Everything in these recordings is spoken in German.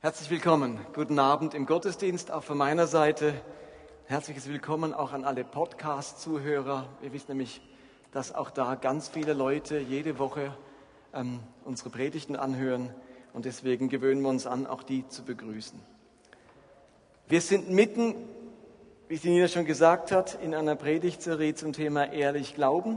Herzlich willkommen, guten Abend im Gottesdienst, auch von meiner Seite. Herzliches Willkommen auch an alle Podcast-Zuhörer. Ihr wisst nämlich, dass auch da ganz viele Leute jede Woche unsere Predigten anhören und deswegen gewöhnen wir uns an, auch die zu begrüßen. Wir sind mitten, wie die Nina schon gesagt hat, in einer Predigtserie zum Thema ehrlich glauben.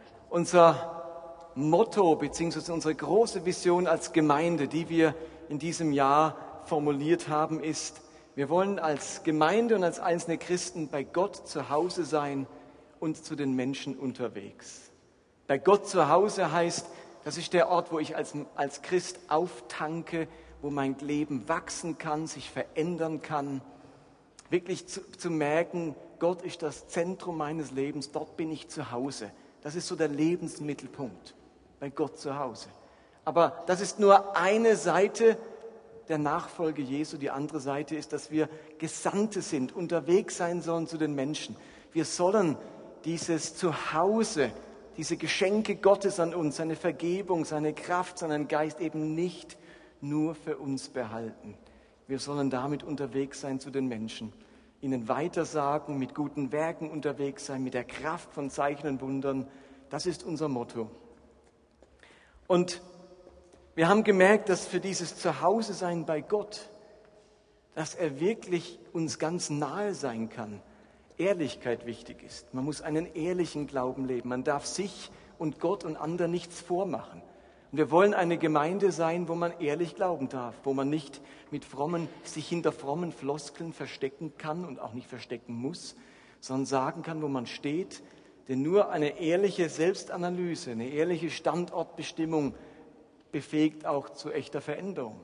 Unser Motto bzw. unsere große Vision als Gemeinde, die wir in diesem Jahr formuliert haben, ist, wir wollen als Gemeinde und als einzelne Christen bei Gott zu Hause sein und zu den Menschen unterwegs. Bei Gott zu Hause heißt, das ist der Ort, wo ich als Christ auftanke, wo mein Leben wachsen kann, sich verändern kann. Wirklich zu merken, Gott ist das Zentrum meines Lebens, dort bin ich zu Hause. Das ist so der Lebensmittelpunkt, bei Gott zu Hause. Aber das ist nur eine Seite der Nachfolge Jesu. Die andere Seite ist, dass wir Gesandte sind, unterwegs sein sollen zu den Menschen. Wir sollen dieses Zuhause, diese Geschenke Gottes an uns, seine Vergebung, seine Kraft, seinen Geist eben nicht nur für uns behalten. Wir sollen damit unterwegs sein zu den Menschen, ihnen weitersagen, mit guten Werken unterwegs sein, mit der Kraft von Zeichen und Wundern. Das ist unser Motto. Und wir haben gemerkt, dass für dieses Zuhause-Sein bei Gott, dass er wirklich uns ganz nahe sein kann, Ehrlichkeit wichtig ist. Man muss einen ehrlichen Glauben leben. Man darf sich und Gott und anderen nichts vormachen. Und wir wollen eine Gemeinde sein, wo man ehrlich glauben darf, wo man nicht sich hinter frommen Floskeln verstecken kann und auch nicht verstecken muss, sondern sagen kann, wo man steht. Denn nur eine ehrliche Selbstanalyse, eine ehrliche Standortbestimmung befähigt auch zu echter Veränderung.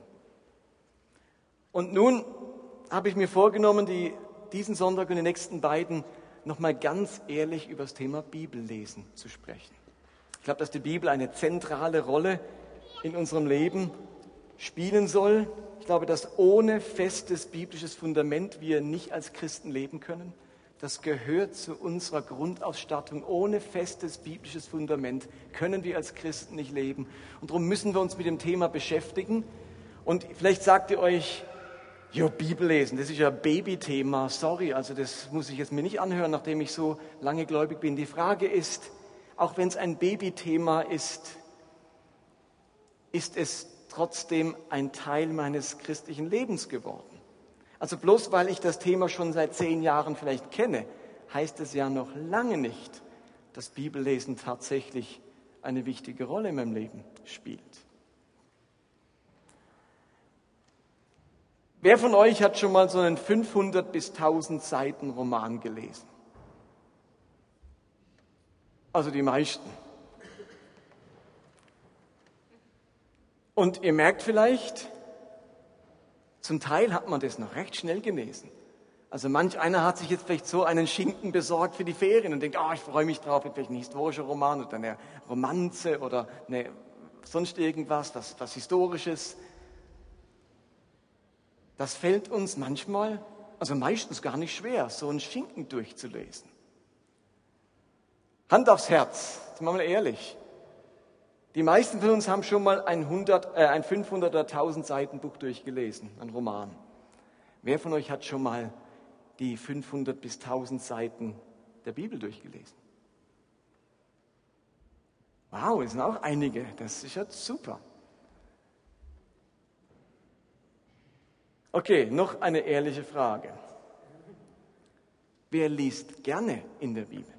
Und nun habe ich mir vorgenommen, diesen Sonntag und die nächsten beiden nochmal ganz ehrlich über das Thema Bibellesen zu sprechen. Ich glaube, dass die Bibel eine zentrale Rolle in unserem Leben spielen soll. Ich glaube, dass ohne festes biblisches Fundament wir nicht als Christen leben können. Das gehört zu unserer Grundausstattung. Ohne festes biblisches Fundament können wir als Christen nicht leben. Und darum müssen wir uns mit dem Thema beschäftigen. Und vielleicht sagt ihr euch, ja, Bibel lesen, das ist ja ein Babythema. Sorry, also das muss ich jetzt mir nicht anhören, nachdem ich so lange gläubig bin. Die Frage ist, auch wenn es ein Babythema ist, ist es trotzdem ein Teil meines christlichen Lebens geworden. Also bloß weil ich das Thema schon seit 10 Jahren vielleicht kenne, heißt es ja noch lange nicht, dass Bibellesen tatsächlich eine wichtige Rolle in meinem Leben spielt. Wer von euch hat schon mal so einen 500 bis 1000 Seiten Roman gelesen? Also die meisten. Und ihr merkt vielleicht, zum Teil hat man das noch recht schnell gelesen. Also manch einer hat sich jetzt vielleicht so einen Schinken besorgt für die Ferien und denkt, ich freue mich drauf, vielleicht ein historischer Roman oder eine Romanze oder sonst irgendwas, was Historisches. Das fällt uns manchmal, also meistens gar nicht schwer, so einen Schinken durchzulesen. Hand aufs Herz, jetzt mal ehrlich. Die meisten von uns haben schon mal ein 500 oder 1000 Seiten Buch durchgelesen, ein Roman. Wer von euch hat schon mal die 500 bis 1000 Seiten der Bibel durchgelesen? Wow, es sind auch einige, das ist ja super. Okay, noch eine ehrliche Frage. Wer liest gerne in der Bibel?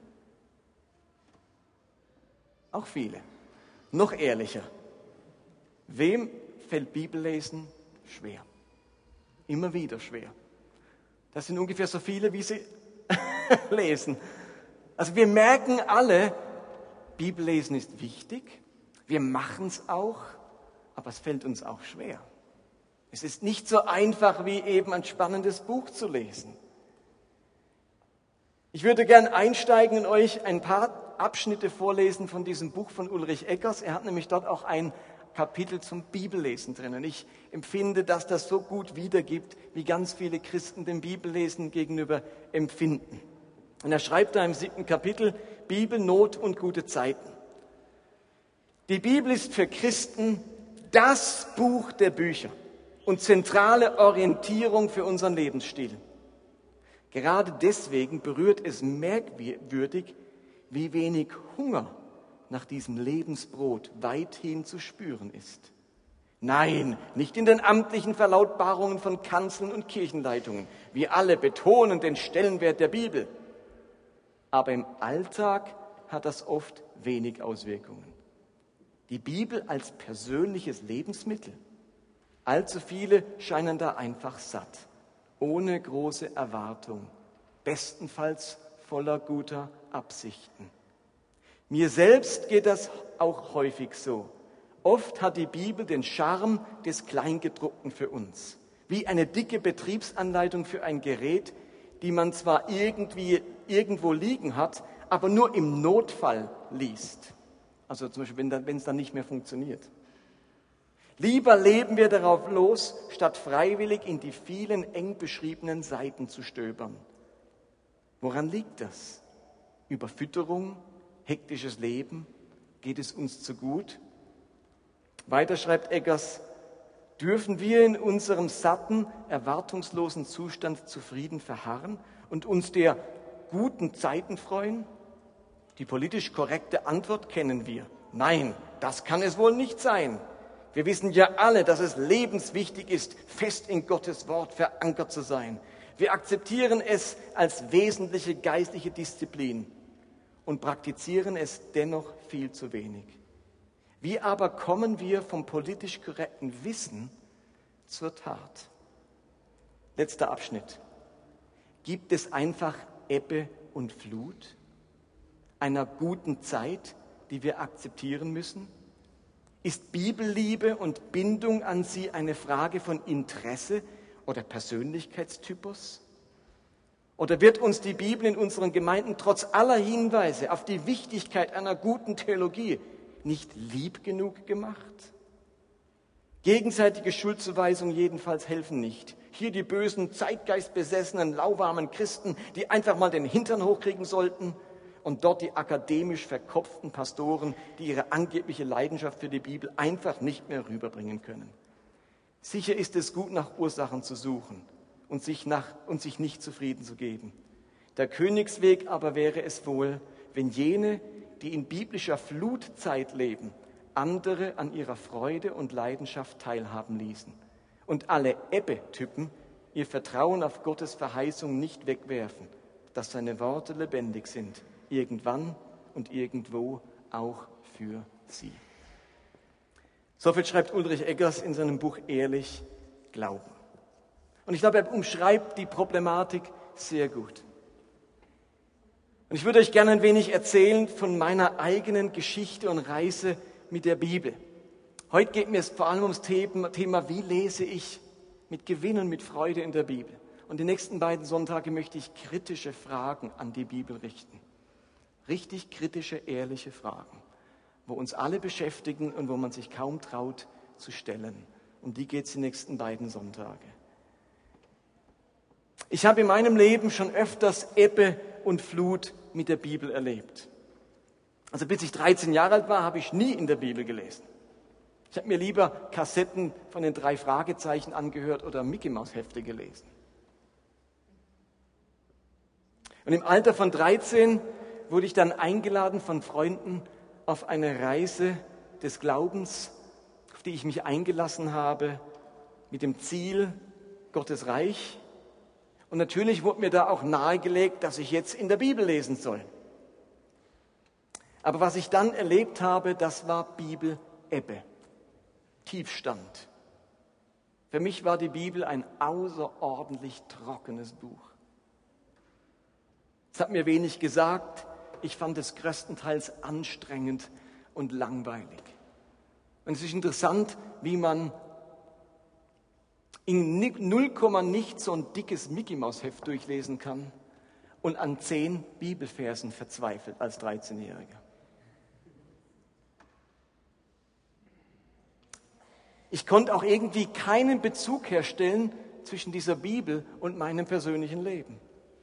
Auch viele. Noch ehrlicher. Wem fällt Bibellesen schwer? Immer wieder schwer. Das sind ungefähr so viele, wie sie lesen. Also wir merken alle, Bibellesen ist wichtig. Wir machen es auch, aber es fällt uns auch schwer. Es ist nicht so einfach, wie eben ein spannendes Buch zu lesen. Ich würde gern einsteigen und euch ein paar Abschnitte vorlesen von diesem Buch von Ulrich Eggers. Er hat nämlich dort auch ein Kapitel zum Bibellesen drin. Und ich empfinde, dass das so gut wiedergibt, wie ganz viele Christen dem Bibellesen gegenüber empfinden. Und er schreibt da im 7. Kapitel, Bibel, Not und gute Zeiten. Die Bibel ist für Christen das Buch der Bücher. und zentrale Orientierung für unseren Lebensstil. Gerade deswegen berührt es merkwürdig, wie wenig Hunger nach diesem Lebensbrot weithin zu spüren ist. Nein, nicht in den amtlichen Verlautbarungen von Kanzeln und Kirchenleitungen. Wir alle betonen den Stellenwert der Bibel. Aber im Alltag hat das oft wenig Auswirkungen. Die Bibel als persönliches Lebensmittel. Allzu viele scheinen da einfach satt, ohne große Erwartung, bestenfalls voller guter Absichten. Mir selbst geht das auch häufig so. Oft hat die Bibel den Charme des Kleingedruckten für uns, wie eine dicke Betriebsanleitung für ein Gerät, die man zwar irgendwo liegen hat, aber nur im Notfall liest. Also zum Beispiel, wenn es dann nicht mehr funktioniert. Lieber leben wir darauf los, statt freiwillig in die vielen eng beschriebenen Seiten zu stöbern. Woran liegt das? Überfütterung, hektisches Leben? Geht es uns zu gut? Weiter schreibt Eggers, dürfen wir in unserem satten, erwartungslosen Zustand zufrieden verharren und uns der guten Zeiten freuen? Die politisch korrekte Antwort kennen wir. Nein, das kann es wohl nicht sein. Wir wissen ja alle, dass es lebenswichtig ist, fest in Gottes Wort verankert zu sein. Wir akzeptieren es als wesentliche geistliche Disziplin und praktizieren es dennoch viel zu wenig. Wie aber kommen wir vom politisch korrekten Wissen zur Tat? Letzter Abschnitt. Gibt es einfach Ebbe und Flut einer guten Zeit, die wir akzeptieren müssen? Ist Bibelliebe und Bindung an sie eine Frage von Interesse oder Persönlichkeitstypus? Oder wird uns die Bibel in unseren Gemeinden trotz aller Hinweise auf die Wichtigkeit einer guten Theologie nicht lieb genug gemacht? Gegenseitige Schuldzuweisungen jedenfalls helfen nicht. Hier die bösen, zeitgeistbesessenen, lauwarmen Christen, die einfach mal den Hintern hochkriegen sollten, und dort die akademisch verkopften Pastoren, die ihre angebliche Leidenschaft für die Bibel einfach nicht mehr rüberbringen können. Sicher ist es gut, nach Ursachen zu suchen und sich nicht zufrieden zu geben. Der Königsweg aber wäre es wohl, wenn jene, die in biblischer Flutzeit leben, andere an ihrer Freude und Leidenschaft teilhaben ließen und alle Ebbe-Typen ihr Vertrauen auf Gottes Verheißung nicht wegwerfen, dass seine Worte lebendig sind, irgendwann und irgendwo auch für sie. So viel schreibt Ulrich Eggers in seinem Buch Ehrlich Glauben. Und ich glaube, er umschreibt die Problematik sehr gut. Und ich würde euch gerne ein wenig erzählen von meiner eigenen Geschichte und Reise mit der Bibel. Heute geht mir es vor allem ums Thema, wie lese ich mit Gewinn und mit Freude in der Bibel. Und die nächsten beiden Sonntage möchte ich kritische Fragen an die Bibel richten. Richtig kritische, ehrliche Fragen, wo uns alle beschäftigen und wo man sich kaum traut zu stellen. Um die geht es die nächsten beiden Sonntage. Ich habe in meinem Leben schon öfters Ebbe und Flut mit der Bibel erlebt. Also bis ich 13 Jahre alt war, habe ich nie in der Bibel gelesen. Ich habe mir lieber Kassetten von den 3 Fragezeichen angehört oder Mickey-Maus-Hefte gelesen. Und im Alter von 13 wurde ich dann eingeladen von Freunden auf eine Reise des Glaubens, auf die ich mich eingelassen habe, mit dem Ziel Gottes Reich. Und natürlich wurde mir da auch nahegelegt, dass ich jetzt in der Bibel lesen soll. Aber was ich dann erlebt habe, das war Bibel-Ebbe, Tiefstand. Für mich war die Bibel ein außerordentlich trockenes Buch. Es hat mir wenig gesagt. Ich fand es größtenteils anstrengend und langweilig. Und es ist interessant, wie man in 0, nichts so ein dickes Mickey-Maus-Heft durchlesen kann und an 10 Bibelversen verzweifelt als 13-Jähriger. Ich konnte auch irgendwie keinen Bezug herstellen zwischen dieser Bibel und meinem persönlichen Leben.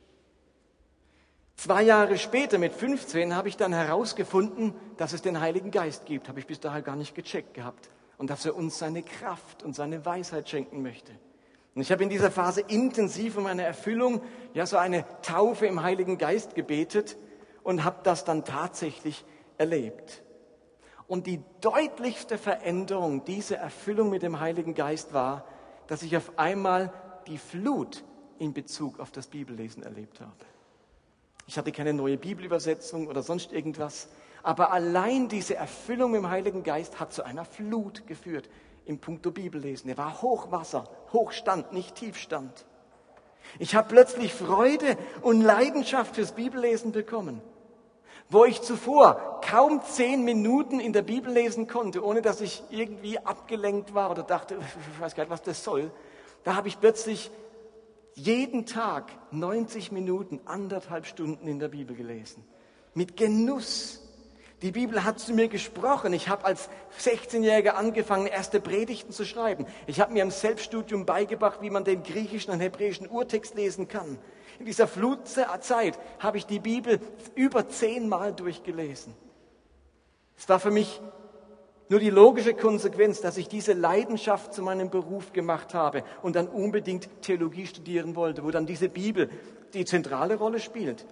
2 Jahre später, mit 15, habe ich dann herausgefunden, dass es den Heiligen Geist gibt. Habe ich bis dahin gar nicht gecheckt gehabt. und dass er uns seine Kraft und seine Weisheit schenken möchte. Und ich habe in dieser Phase intensiv um eine Erfüllung, ja so eine Taufe im Heiligen Geist gebetet und habe das dann tatsächlich erlebt. Und die deutlichste Veränderung dieser Erfüllung mit dem Heiligen Geist war, dass ich auf einmal die Flut in Bezug auf das Bibellesen erlebt habe. Ich hatte keine neue Bibelübersetzung oder sonst irgendwas, aber allein diese Erfüllung im Heiligen Geist hat zu einer Flut geführt in puncto Bibellesen. Er war Hochwasser, Hochstand, nicht Tiefstand. Ich habe plötzlich Freude und Leidenschaft fürs Bibellesen bekommen. Wo ich zuvor kaum 10 Minuten in der Bibel lesen konnte, ohne dass ich irgendwie abgelenkt war oder dachte, ich weiß gar nicht, was das soll, da habe ich plötzlich jeden Tag 90 Minuten, 1,5 Stunden in der Bibel gelesen. Mit Genuss. Die Bibel hat zu mir gesprochen. Ich habe als 16-Jähriger angefangen, erste Predigten zu schreiben. Ich habe mir im Selbststudium beigebracht, wie man den griechischen und hebräischen Urtext lesen kann. In dieser Flutzeit habe ich die Bibel über 10 Mal durchgelesen. Es war für mich nur die logische Konsequenz, dass ich diese Leidenschaft zu meinem Beruf gemacht habe und dann unbedingt Theologie studieren wollte, wo dann diese Bibel die zentrale Rolle spielt.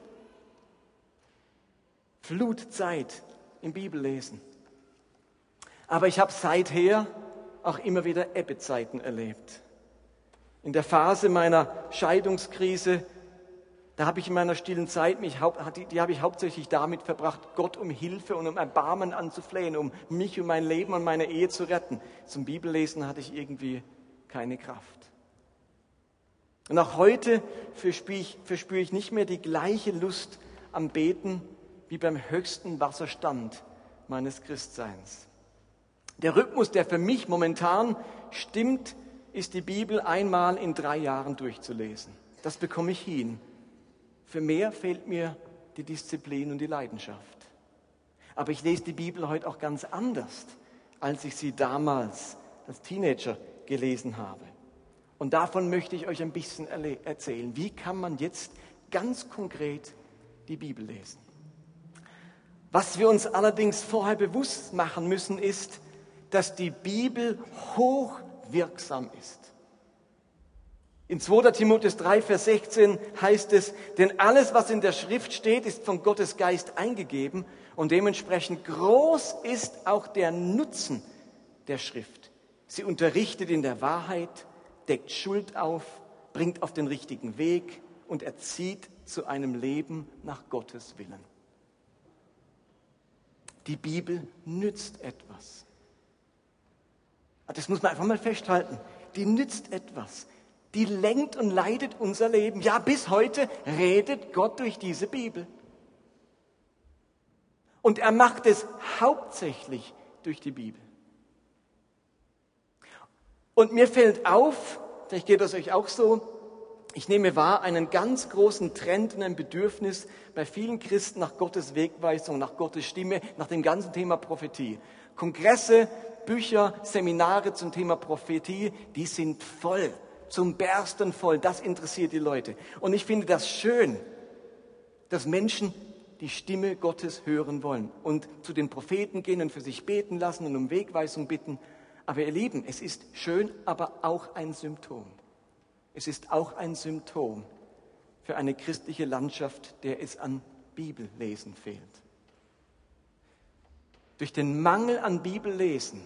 Flutzeit im Bibellesen. Aber ich habe seither auch immer wieder Ebbezeiten erlebt. In der Phase meiner Scheidungskrise, da habe ich in meiner stillen Zeit, die habe ich hauptsächlich damit verbracht, Gott um Hilfe und um Erbarmen anzuflehen, um mich und mein Leben und meine Ehe zu retten. Zum Bibellesen hatte ich irgendwie keine Kraft. Und auch heute verspüre ich nicht mehr die gleiche Lust am Beten wie beim höchsten Wasserstand meines Christseins. Der Rhythmus, der für mich momentan stimmt, ist die Bibel einmal in 3 Jahren durchzulesen. Das bekomme ich hin. Für mehr fehlt mir die Disziplin und die Leidenschaft. Aber ich lese die Bibel heute auch ganz anders, als ich sie damals als Teenager gelesen habe. Und davon möchte ich euch ein bisschen erzählen. Wie kann man jetzt ganz konkret die Bibel lesen? Was wir uns allerdings vorher bewusst machen müssen, ist, dass die Bibel hochwirksam ist. In 2. Timotheus 3, Vers 16 heißt es, denn alles, was in der Schrift steht, ist von Gottes Geist eingegeben und dementsprechend groß ist auch der Nutzen der Schrift. Sie unterrichtet in der Wahrheit, deckt Schuld auf, bringt auf den richtigen Weg und erzieht zu einem Leben nach Gottes Willen. Die Bibel nützt etwas. Das muss man einfach mal festhalten. Die nützt etwas. Die lenkt und leitet unser Leben. Ja, bis heute redet Gott durch diese Bibel. Und er macht es hauptsächlich durch die Bibel. Und mir fällt auf, vielleicht geht das euch auch so, ich nehme wahr, einen ganz großen Trend und ein Bedürfnis bei vielen Christen nach Gottes Wegweisung, nach Gottes Stimme, nach dem ganzen Thema Prophetie. Kongresse, Bücher, Seminare zum Thema Prophetie, die sind voll, zum Bersten voll. Das interessiert die Leute. Und ich finde das schön, dass Menschen die Stimme Gottes hören wollen und zu den Propheten gehen und für sich beten lassen und um Wegweisung bitten. Aber ihr Lieben, es ist schön, aber auch ein Symptom. Es ist auch ein Symptom für eine christliche Landschaft, der es an Bibellesen fehlt. Durch den Mangel an Bibellesen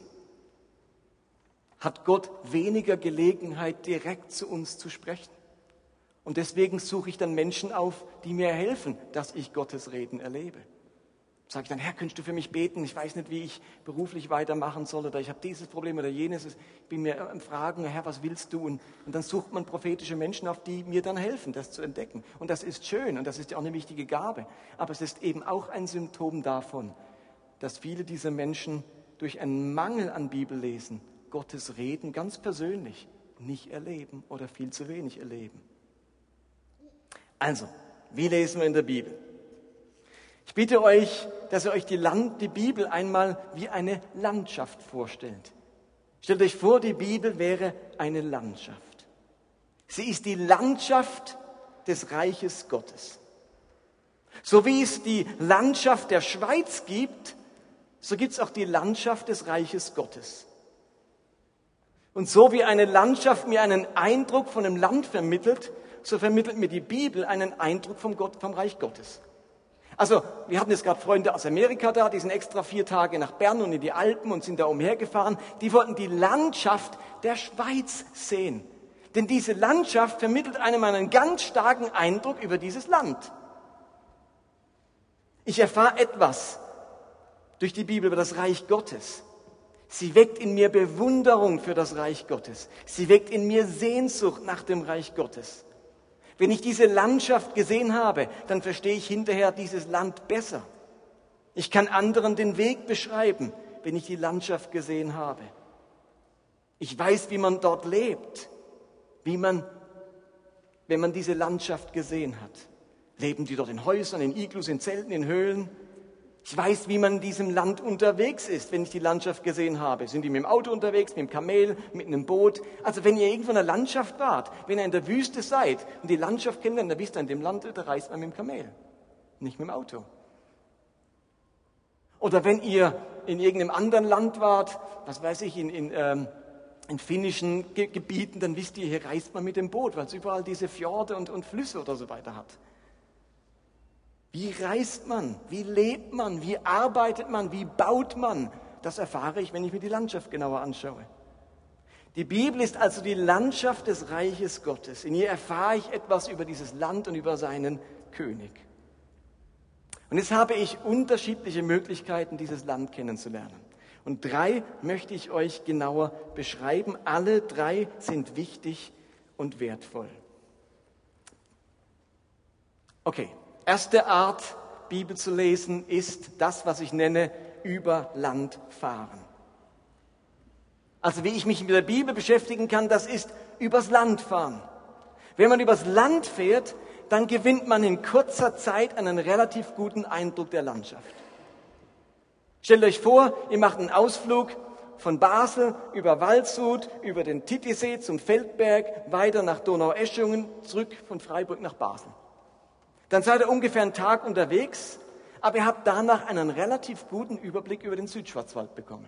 hat Gott weniger Gelegenheit, direkt zu uns zu sprechen. Und deswegen suche ich dann Menschen auf, die mir helfen, dass ich Gottes Reden erlebe. Sage ich dann, Herr, könntest du für mich beten? Ich weiß nicht, wie ich beruflich weitermachen soll oder ich habe dieses Problem oder jenes. Ich bin mir am Fragen, Herr, was willst du? Und dann sucht man prophetische Menschen auf, die mir dann helfen, das zu entdecken. Und das ist schön und das ist ja auch eine wichtige Gabe. Aber es ist eben auch ein Symptom davon, dass viele dieser Menschen durch einen Mangel an Bibellesen Gottes Reden ganz persönlich nicht erleben oder viel zu wenig erleben. Also, wie lesen wir in der Bibel? Ich bitte euch, dass ihr euch die Bibel einmal wie eine Landschaft vorstellt. Stellt euch vor, die Bibel wäre eine Landschaft. Sie ist die Landschaft des Reiches Gottes. So wie es die Landschaft der Schweiz gibt, so gibt es auch die Landschaft des Reiches Gottes. Und so wie eine Landschaft mir einen Eindruck von einem Land vermittelt, so vermittelt mir die Bibel einen Eindruck vom Reich Gottes. Also, wir hatten jetzt gerade Freunde aus Amerika da, die sind extra 4 Tage nach Bern und in die Alpen und sind da umhergefahren. Die wollten die Landschaft der Schweiz sehen. Denn diese Landschaft vermittelt einem einen ganz starken Eindruck über dieses Land. Ich erfahre etwas durch die Bibel über das Reich Gottes. Sie weckt in mir Bewunderung für das Reich Gottes. Sie weckt in mir Sehnsucht nach dem Reich Gottes. Wenn ich diese Landschaft gesehen habe, dann verstehe ich hinterher dieses Land besser. Ich kann anderen den Weg beschreiben, wenn ich die Landschaft gesehen habe. Ich weiß, wie man dort lebt, wenn man diese Landschaft gesehen hat. Leben die dort in Häusern, in Iglus, in Zelten, in Höhlen? Ich weiß, wie man in diesem Land unterwegs ist, wenn ich die Landschaft gesehen habe. Sind die mit dem Auto unterwegs, mit dem Kamel, mit einem Boot? Also wenn ihr irgendwo in der Landschaft wart, wenn ihr in der Wüste seid und die Landschaft kennenlernt, dann wisst ihr, in dem Land, da reist man mit dem Kamel, nicht mit dem Auto. Oder wenn ihr in irgendeinem anderen Land wart, was weiß ich, in finnischen Gebieten, dann wisst ihr, hier reist man mit dem Boot, weil es überall diese Fjorde und Flüsse oder so weiter hat. Wie reist man? Wie lebt man? Wie arbeitet man? Wie baut man? Das erfahre ich, wenn ich mir die Landschaft genauer anschaue. Die Bibel ist also die Landschaft des Reiches Gottes. In ihr erfahre ich etwas über dieses Land und über seinen König. Und jetzt habe ich unterschiedliche Möglichkeiten, dieses Land kennenzulernen. Und 3 möchte ich euch genauer beschreiben. Alle 3 sind wichtig und wertvoll. Okay. Erste Art, Bibel zu lesen, ist das, was ich nenne, über Land fahren. Also wie ich mich mit der Bibel beschäftigen kann, das ist übers Land fahren. Wenn man übers Land fährt, dann gewinnt man in kurzer Zeit einen relativ guten Eindruck der Landschaft. Stellt euch vor, ihr macht einen Ausflug von Basel über Waldshut, über den Titisee zum Feldberg, weiter nach Donaueschingen, zurück von Freiburg nach Basel. Dann seid ihr ungefähr einen Tag unterwegs, aber ihr habt danach einen relativ guten Überblick über den Südschwarzwald bekommen.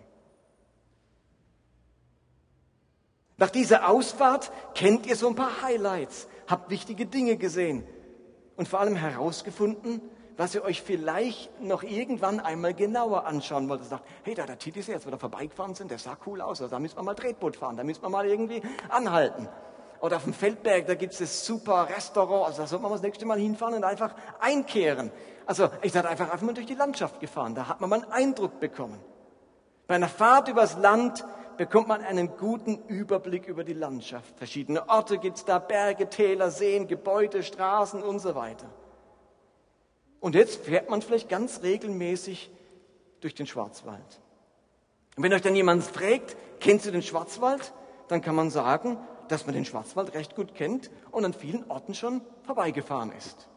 Nach dieser Ausfahrt kennt ihr so ein paar Highlights, habt wichtige Dinge gesehen und vor allem herausgefunden, was ihr euch vielleicht noch irgendwann einmal genauer anschauen wollt. Ihr sagt, hey, da der Titisee, als wir da vorbeigefahren sind, der sah cool aus, also da müssen wir mal Tretboot fahren, da müssen wir mal irgendwie anhalten. Oder auf dem Feldberg, da gibt es das super Restaurant, also da sollte man das nächste Mal hinfahren und einfach einkehren. Also ich seid einfach mal durch die Landschaft gefahren, da hat man mal einen Eindruck bekommen. Bei einer Fahrt übers Land bekommt man einen guten Überblick über die Landschaft. Verschiedene Orte gibt es da, Berge, Täler, Seen, Gebäude, Straßen und so weiter. Und jetzt fährt man vielleicht ganz regelmäßig durch den Schwarzwald. Und wenn euch dann jemand fragt, kennst du den Schwarzwald? Dann kann man sagen, dass man den Schwarzwald recht gut kennt und an vielen Orten schon vorbeigefahren ist.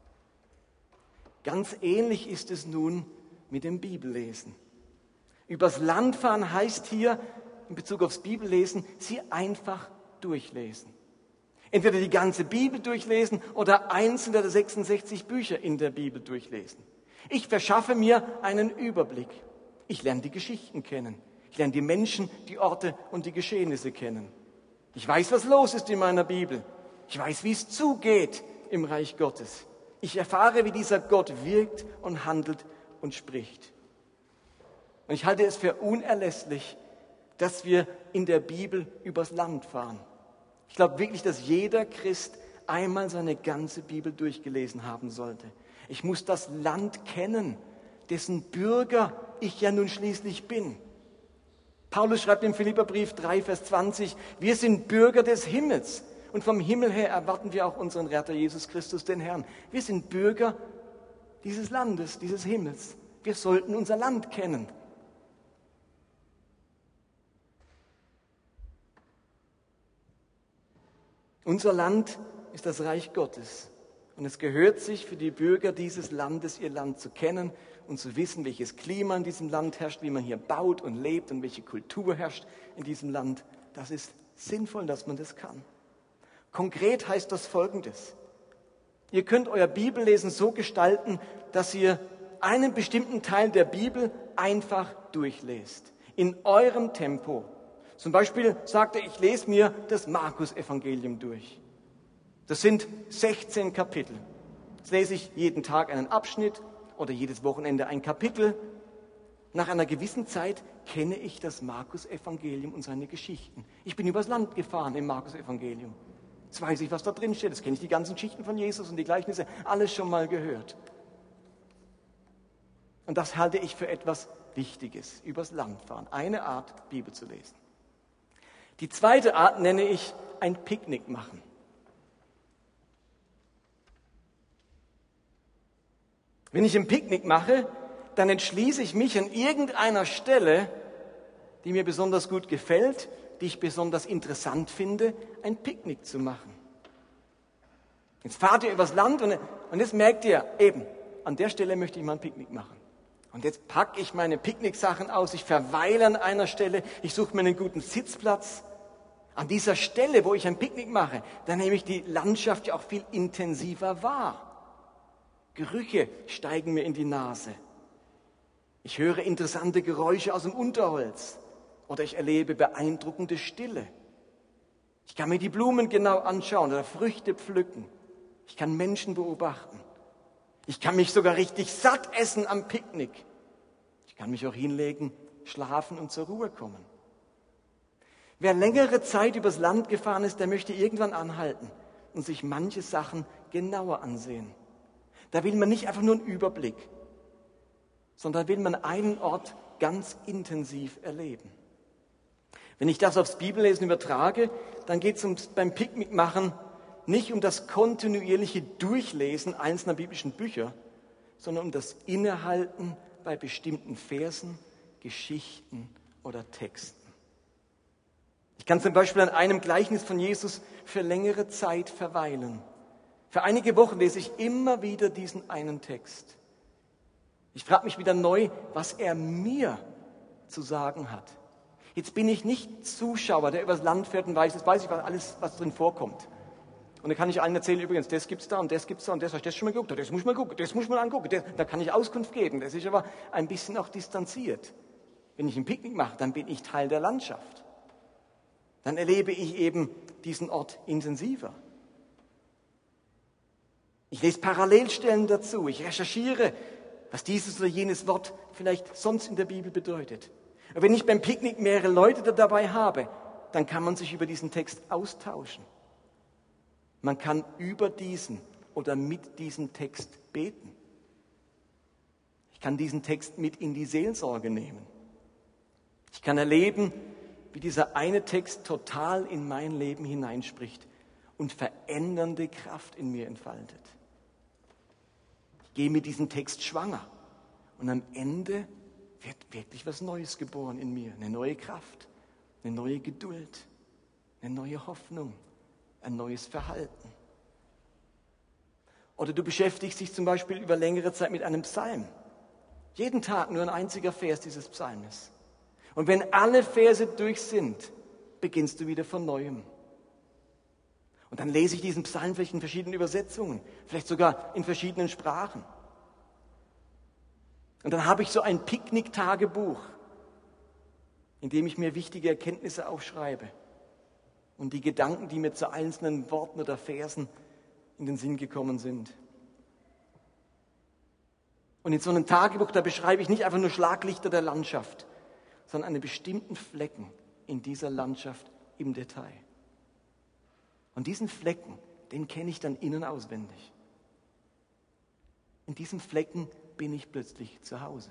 Ganz ähnlich ist es nun mit dem Bibellesen. Übers Land fahren heißt hier, in Bezug aufs Bibellesen, sie einfach durchlesen. Entweder die ganze Bibel durchlesen oder einzelne der 66 Bücher in der Bibel durchlesen. Ich verschaffe mir einen Überblick. Ich lerne die Geschichten kennen. Ich lerne die Menschen, die Orte und die Geschehnisse kennen. Ich weiß, was los ist in meiner Bibel. Ich weiß, wie es zugeht im Reich Gottes. Ich erfahre, wie dieser Gott wirkt und handelt und spricht. Und ich halte es für unerlässlich, dass wir in der Bibel übers Land fahren. Ich glaube wirklich, dass jeder Christ einmal seine ganze Bibel durchgelesen haben sollte. Ich muss das Land kennen, dessen Bürger ich ja nun schließlich bin. Paulus schreibt im Philipperbrief 3, Vers 20, wir sind Bürger des Himmels und vom Himmel her erwarten wir auch unseren Retter Jesus Christus, den Herrn. Wir sind Bürger dieses Landes, dieses Himmels. Wir sollten unser Land kennen. Unser Land ist das Reich Gottes und es gehört sich für die Bürger dieses Landes, ihr Land zu kennen und zu wissen, welches Klima in diesem Land herrscht, wie man hier baut und lebt und welche Kultur herrscht in diesem Land. Das ist sinnvoll, dass man das kann. Konkret heißt das Folgendes. Ihr könnt euer Bibellesen so gestalten, dass ihr einen bestimmten Teil der Bibel einfach durchlest. In eurem Tempo. Zum Beispiel sagte ich lese mir das Markus-Evangelium durch. Das sind 16 Kapitel. Jetzt lese ich jeden Tag einen Abschnitt oder jedes Wochenende ein Kapitel. Nach einer gewissen Zeit kenne ich das Markus-Evangelium und seine Geschichten. Ich bin übers Land gefahren im Markus-Evangelium. Jetzt weiß ich, was da drin steht. Jetzt kenne ich die ganzen Geschichten von Jesus und die Gleichnisse. Alles schon mal gehört. Und das halte ich für etwas Wichtiges, übers Land fahren. Eine Art, Bibel zu lesen. Die zweite Art nenne ich ein Picknick machen. Wenn ich ein Picknick mache, dann entschließe ich mich an irgendeiner Stelle, die mir besonders gut gefällt, die ich besonders interessant finde, ein Picknick zu machen. Jetzt fahrt ihr übers Land und jetzt merkt ihr, eben, an der Stelle möchte ich mal ein Picknick machen. Und jetzt packe ich meine Picknicksachen aus, ich verweile an einer Stelle, ich suche mir einen guten Sitzplatz. An dieser Stelle, wo ich ein Picknick mache, dann nehme ich die Landschaft ja auch viel intensiver wahr. Gerüche steigen mir in die Nase. Ich höre interessante Geräusche aus dem Unterholz oder ich erlebe beeindruckende Stille. Ich kann mir die Blumen genau anschauen oder Früchte pflücken. Ich kann Menschen beobachten. Ich kann mich sogar richtig satt essen am Picknick. Ich kann mich auch hinlegen, schlafen und zur Ruhe kommen. Wer längere Zeit übers Land gefahren ist, der möchte irgendwann anhalten und sich manche Sachen genauer ansehen. Da will man nicht einfach nur einen Überblick, sondern will man einen Ort ganz intensiv erleben. Wenn ich das aufs Bibellesen übertrage, dann geht es beim Picknickmachen nicht um das kontinuierliche Durchlesen einzelner biblischen Bücher, sondern um das Innehalten bei bestimmten Versen, Geschichten oder Texten. Ich kann zum Beispiel an einem Gleichnis von Jesus für längere Zeit verweilen. Für einige Wochen lese ich immer wieder diesen einen Text. Ich frage mich wieder neu, was er mir zu sagen hat. Jetzt bin ich nicht Zuschauer, der übers Land fährt und weiß, jetzt weiß ich alles, was drin vorkommt. Und dann kann ich allen erzählen, übrigens, das gibt's da und das gibt's da und das hast du schon mal geguckt, das muss man gucken, das muss man angucken, da kann ich Auskunft geben. Das ist aber ein bisschen auch distanziert. Wenn ich ein Picknick mache, dann bin ich Teil der Landschaft. Dann erlebe ich eben diesen Ort intensiver. Ich lese Parallelstellen dazu, ich recherchiere, was dieses oder jenes Wort vielleicht sonst in der Bibel bedeutet. Und wenn ich beim Picknick mehrere Leute dabei habe, dann kann man sich über diesen Text austauschen. Man kann über diesen oder mit diesem Text beten. Ich kann diesen Text mit in die Seelsorge nehmen. Ich kann erleben, wie dieser eine Text total in mein Leben hineinspricht und verändernde Kraft in mir entfaltet. Ich gehe mit diesem Text schwanger und am Ende wird wirklich was Neues geboren in mir. Eine neue Kraft, eine neue Geduld, eine neue Hoffnung, ein neues Verhalten. Oder du beschäftigst dich zum Beispiel über längere Zeit mit einem Psalm. Jeden Tag nur ein einziger Vers dieses Psalmes. Und wenn alle Verse durch sind, beginnst du wieder von Neuem. Und dann lese ich diesen Psalm vielleicht in verschiedenen Übersetzungen, vielleicht sogar in verschiedenen Sprachen. Und dann habe ich so ein Picknick-Tagebuch, in dem ich mir wichtige Erkenntnisse aufschreibe und die Gedanken, die mir zu einzelnen Worten oder Versen in den Sinn gekommen sind. Und in so einem Tagebuch, da beschreibe ich nicht einfach nur Schlaglichter der Landschaft, sondern einen bestimmten Flecken in dieser Landschaft im Detail. Und diesen Flecken, den kenne ich dann innen auswendig. In diesem Flecken bin ich plötzlich zu Hause.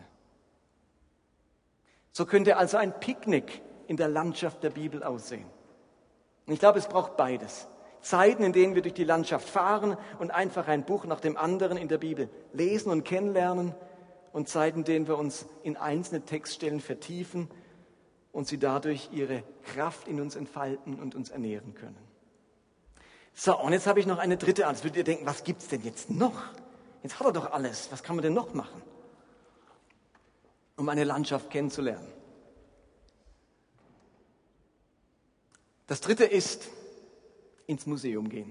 So könnte also ein Picknick in der Landschaft der Bibel aussehen. Und ich glaube, es braucht beides. Zeiten, in denen wir durch die Landschaft fahren und einfach ein Buch nach dem anderen in der Bibel lesen und kennenlernen, und Zeiten, in denen wir uns in einzelne Textstellen vertiefen und sie dadurch ihre Kraft in uns entfalten und uns ernähren können. So, und jetzt habe ich noch eine dritte Art. Jetzt würdet ihr denken, was gibt es denn jetzt noch? Jetzt hat er doch alles. Was kann man denn noch machen, um eine Landschaft kennenzulernen? Das dritte ist, ins Museum gehen.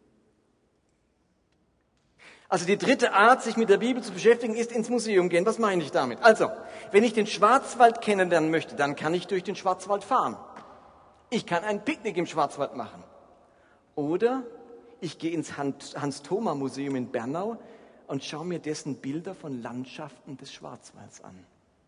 Also die dritte Art, sich mit der Bibel zu beschäftigen, ist ins Museum gehen. Was meine ich damit? Also, wenn ich den Schwarzwald kennenlernen möchte, dann kann ich durch den Schwarzwald fahren. Ich kann ein Picknick im Schwarzwald machen. Oder ich gehe ins Hans-Thoma-Museum in Bernau und schaue mir dessen Bilder von Landschaften des Schwarzwalds an.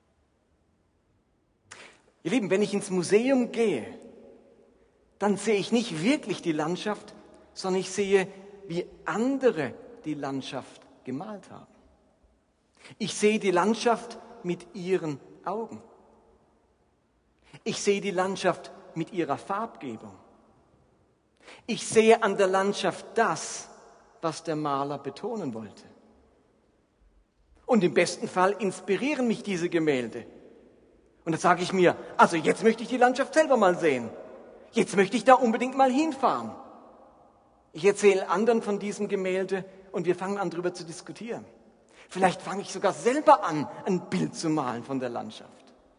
Ihr Lieben, wenn ich ins Museum gehe, dann sehe ich nicht wirklich die Landschaft, sondern ich sehe, wie andere die Landschaft gemalt haben. Ich sehe die Landschaft mit ihren Augen. Ich sehe die Landschaft mit ihrer Farbgebung. Ich sehe an der Landschaft das, was der Maler betonen wollte. Und im besten Fall inspirieren mich diese Gemälde. Und dann sage ich mir, also jetzt möchte ich die Landschaft selber mal sehen. Jetzt möchte ich da unbedingt mal hinfahren. Ich erzähle anderen von diesem Gemälde und wir fangen an, darüber zu diskutieren. Vielleicht fange ich sogar selber an, ein Bild zu malen von der Landschaft.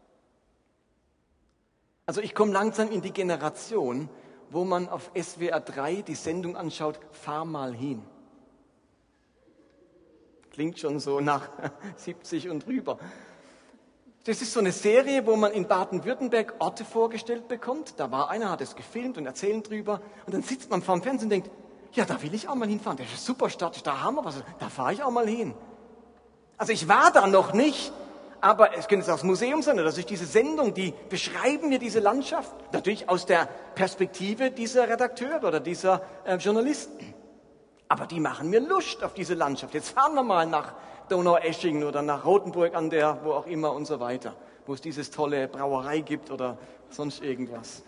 Also ich komme langsam in die Generation, wo man auf SWR 3 die Sendung anschaut, Fahr mal hin. Klingt schon so nach 70 und drüber. Das ist so eine Serie, wo man in Baden-Württemberg Orte vorgestellt bekommt. Da war einer, hat es gefilmt und erzählt drüber. Und dann sitzt man vor dem Fernsehen und denkt, ja, da will ich auch mal hinfahren. Das ist super Stadt, da haben wir was. Da fahre ich auch mal hin. Also ich war da noch nicht, aber es könnte jetzt auch das Museum sein oder durch diese Sendung, die beschreiben mir diese Landschaft. Natürlich aus der Perspektive dieser Redakteure oder dieser Journalisten. Aber die machen mir Lust auf diese Landschaft. Jetzt fahren wir mal nach Donaueschingen oder nach Rothenburg an der, wo auch immer und so weiter, wo es dieses tolle Brauerei gibt oder sonst irgendwas.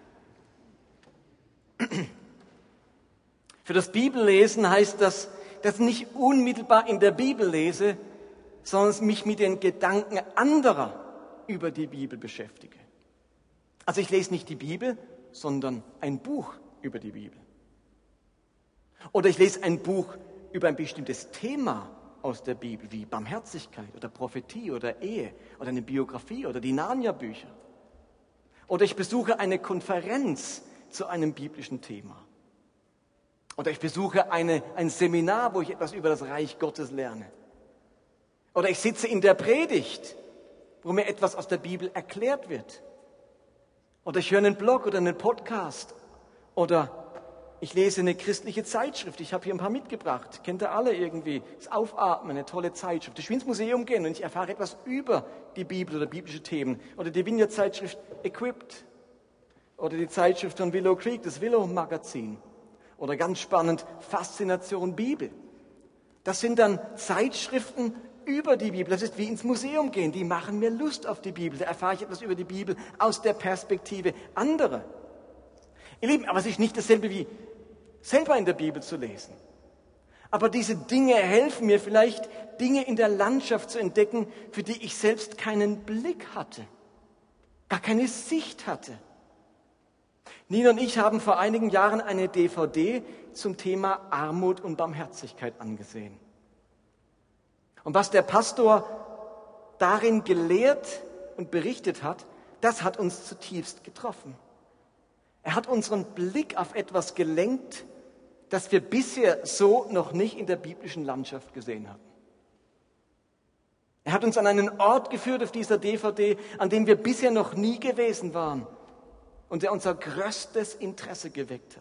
Für das Bibellesen heißt das, dass ich nicht unmittelbar in der Bibel lese, sondern mich mit den Gedanken anderer über die Bibel beschäftige. Also ich lese nicht die Bibel, sondern ein Buch über die Bibel. Oder ich lese ein Buch über ein bestimmtes Thema aus der Bibel, wie Barmherzigkeit oder Prophetie oder Ehe oder eine Biografie oder die Narnia-Bücher. Oder ich besuche eine Konferenz zu einem biblischen Thema. Oder ich besuche ein Seminar, wo ich etwas über das Reich Gottes lerne. Oder ich sitze in der Predigt, wo mir etwas aus der Bibel erklärt wird. Oder ich höre einen Blog oder einen Podcast. Oder ich lese eine christliche Zeitschrift. Ich habe hier ein paar mitgebracht. Kennt ihr alle irgendwie? Das Aufatmen, eine tolle Zeitschrift. Ich will ins Museum gehen und ich erfahre etwas über die Bibel oder biblische Themen. Oder die Vineyard-Zeitschrift Equipped. Oder die Zeitschrift von Willow Creek, das Willow-Magazin. Oder ganz spannend, Faszination Bibel. Das sind dann Zeitschriften über die Bibel. Das ist wie ins Museum gehen. Die machen mir Lust auf die Bibel. Da erfahre ich etwas über die Bibel aus der Perspektive anderer. Ihr Lieben, aber es ist nicht dasselbe wie selber in der Bibel zu lesen. Aber diese Dinge helfen mir vielleicht, Dinge in der Landschaft zu entdecken, für die ich selbst keinen Blick hatte, gar keine Sicht hatte. Nina und ich haben vor einigen Jahren eine DVD zum Thema Armut und Barmherzigkeit angesehen. Und was der Pastor darin gelehrt und berichtet hat, das hat uns zutiefst getroffen. Er hat unseren Blick auf etwas gelenkt, das wir bisher so noch nicht in der biblischen Landschaft gesehen hatten. Er hat uns an einen Ort geführt auf dieser DVD, an dem wir bisher noch nie gewesen waren und der unser größtes Interesse geweckt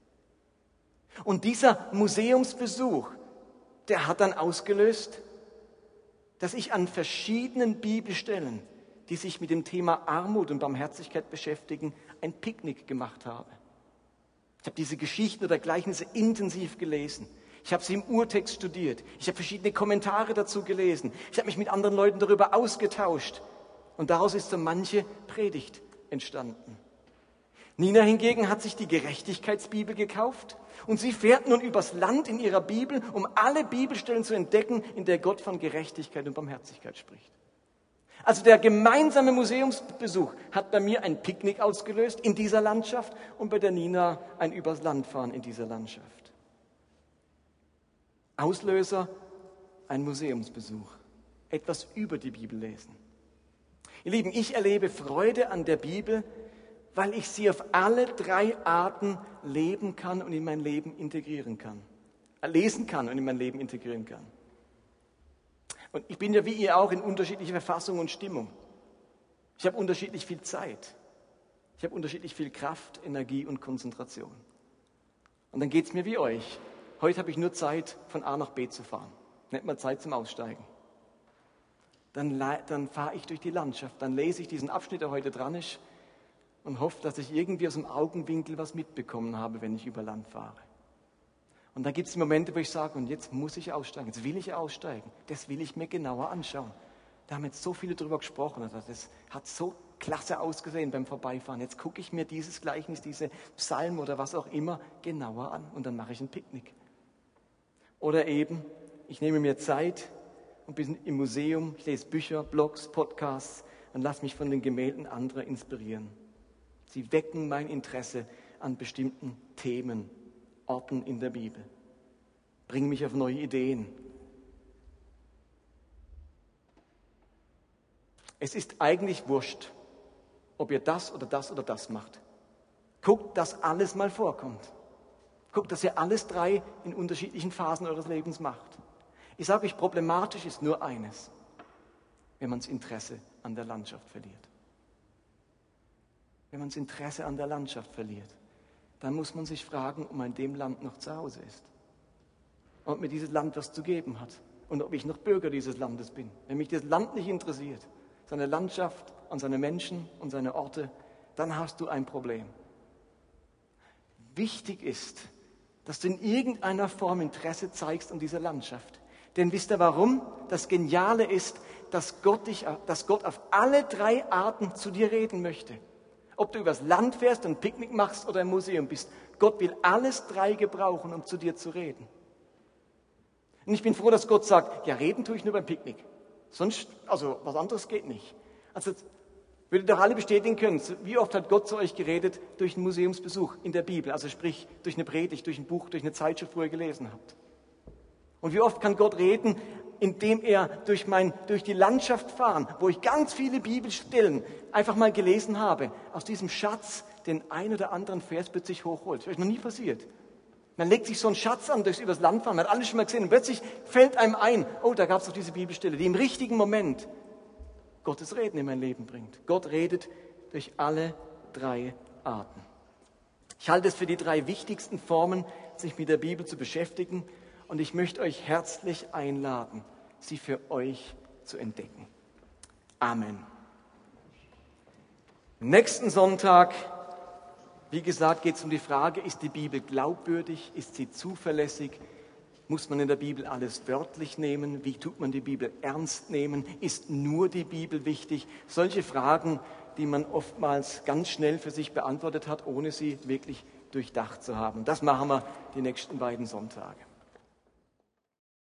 hat. Und dieser Museumsbesuch, der hat dann ausgelöst, dass ich an verschiedenen Bibelstellen, die sich mit dem Thema Armut und Barmherzigkeit beschäftigen, ein Picknick gemacht habe. Ich habe diese Geschichten oder Gleichnisse intensiv gelesen. Ich habe sie im Urtext studiert. Ich habe verschiedene Kommentare dazu gelesen. Ich habe mich mit anderen Leuten darüber ausgetauscht. Und daraus ist so manche Predigt entstanden. Nina hingegen hat sich die Gerechtigkeitsbibel gekauft und sie fährt nun übers Land in ihrer Bibel, um alle Bibelstellen zu entdecken, in der Gott von Gerechtigkeit und Barmherzigkeit spricht. Also der gemeinsame Museumsbesuch hat bei mir ein Picknick ausgelöst in dieser Landschaft und bei der Nina ein übers Land fahren in dieser Landschaft. Auslöser, ein Museumsbesuch, etwas über die Bibel lesen. Ihr Lieben, ich erlebe Freude an der Bibel, weil ich sie auf alle drei Arten leben kann und in mein Leben integrieren kann. Lesen kann und in mein Leben integrieren kann. Und ich bin ja wie ihr auch in unterschiedlicher Verfassung und Stimmung. Ich habe unterschiedlich viel Zeit. Ich habe unterschiedlich viel Kraft, Energie und Konzentration. Und dann geht es mir wie euch. Heute habe ich nur Zeit, von A nach B zu fahren. Nicht mal Zeit zum Aussteigen. Dann fahre ich durch die Landschaft, dann lese ich diesen Abschnitt, der heute dran ist, und hoffe, dass ich irgendwie aus dem Augenwinkel was mitbekommen habe, wenn ich über Land fahre. Und dann gibt es Momente, wo ich sage, und jetzt muss ich aussteigen, jetzt will ich aussteigen, das will ich mir genauer anschauen. Da haben jetzt so viele drüber gesprochen, also das hat so klasse ausgesehen beim Vorbeifahren. Jetzt gucke ich mir dieses Gleichnis, diese Psalm oder was auch immer genauer an und dann mache ich ein Picknick. Oder eben, ich nehme mir Zeit und bin im Museum, ich lese Bücher, Blogs, Podcasts und lasse mich von den Gemälden anderer inspirieren. Sie wecken mein Interesse an bestimmten Themen, Orten in der Bibel, bringen mich auf neue Ideen. Es ist eigentlich wurscht, ob ihr das oder das oder das macht. Guckt, dass alles mal vorkommt. Guckt, dass ihr alles drei in unterschiedlichen Phasen eures Lebens macht. Ich sage euch, problematisch ist nur eines, wenn man das Interesse an der Landschaft verliert. Wenn man das Interesse an der Landschaft verliert, dann muss man sich fragen, ob man in dem Land noch zu Hause ist. Und ob mir dieses Land was zu geben hat. Und ob ich noch Bürger dieses Landes bin. Wenn mich das Land nicht interessiert, seine Landschaft und seine Menschen und seine Orte, dann hast du ein Problem. Wichtig ist, dass du in irgendeiner Form Interesse zeigst an dieser Landschaft. Denn wisst ihr warum? Das Geniale ist, dass Gott auf alle drei Arten zu dir reden möchte. Ob du übers Land fährst und ein Picknick machst oder im Museum bist. Gott will alles drei gebrauchen, um zu dir zu reden. Und ich bin froh, dass Gott sagt, ja, reden tue ich nur beim Picknick. Sonst, also was anderes geht nicht. Also würdet doch alle bestätigen können, wie oft hat Gott zu euch geredet durch einen Museumsbesuch in der Bibel, also sprich durch eine Predigt, durch ein Buch, durch eine Zeitschrift, wo ihr gelesen habt. Und wie oft kann Gott reden, indem er durch die Landschaft fahren, wo ich ganz viele Bibelstellen einfach mal gelesen habe, aus diesem Schatz den ein oder anderen Vers plötzlich hochholt. Das ist euch noch nie passiert. Man legt sich so einen Schatz an, übers Land fahren, man hat alles schon mal gesehen und plötzlich fällt einem ein, oh, da gab es doch diese Bibelstelle, die im richtigen Moment Gottes Reden in mein Leben bringt. Gott redet durch alle drei Arten. Ich halte es für die drei wichtigsten Formen, sich mit der Bibel zu beschäftigen und ich möchte euch herzlich einladen, sie für euch zu entdecken. Amen. Nächsten Sonntag, wie gesagt, geht es um die Frage, ist die Bibel glaubwürdig, ist sie zuverlässig? Muss man in der Bibel alles wörtlich nehmen? Wie tut man die Bibel ernst nehmen? Ist nur die Bibel wichtig? Solche Fragen, die man oftmals ganz schnell für sich beantwortet hat, ohne sie wirklich durchdacht zu haben. Das machen wir die nächsten beiden Sonntage.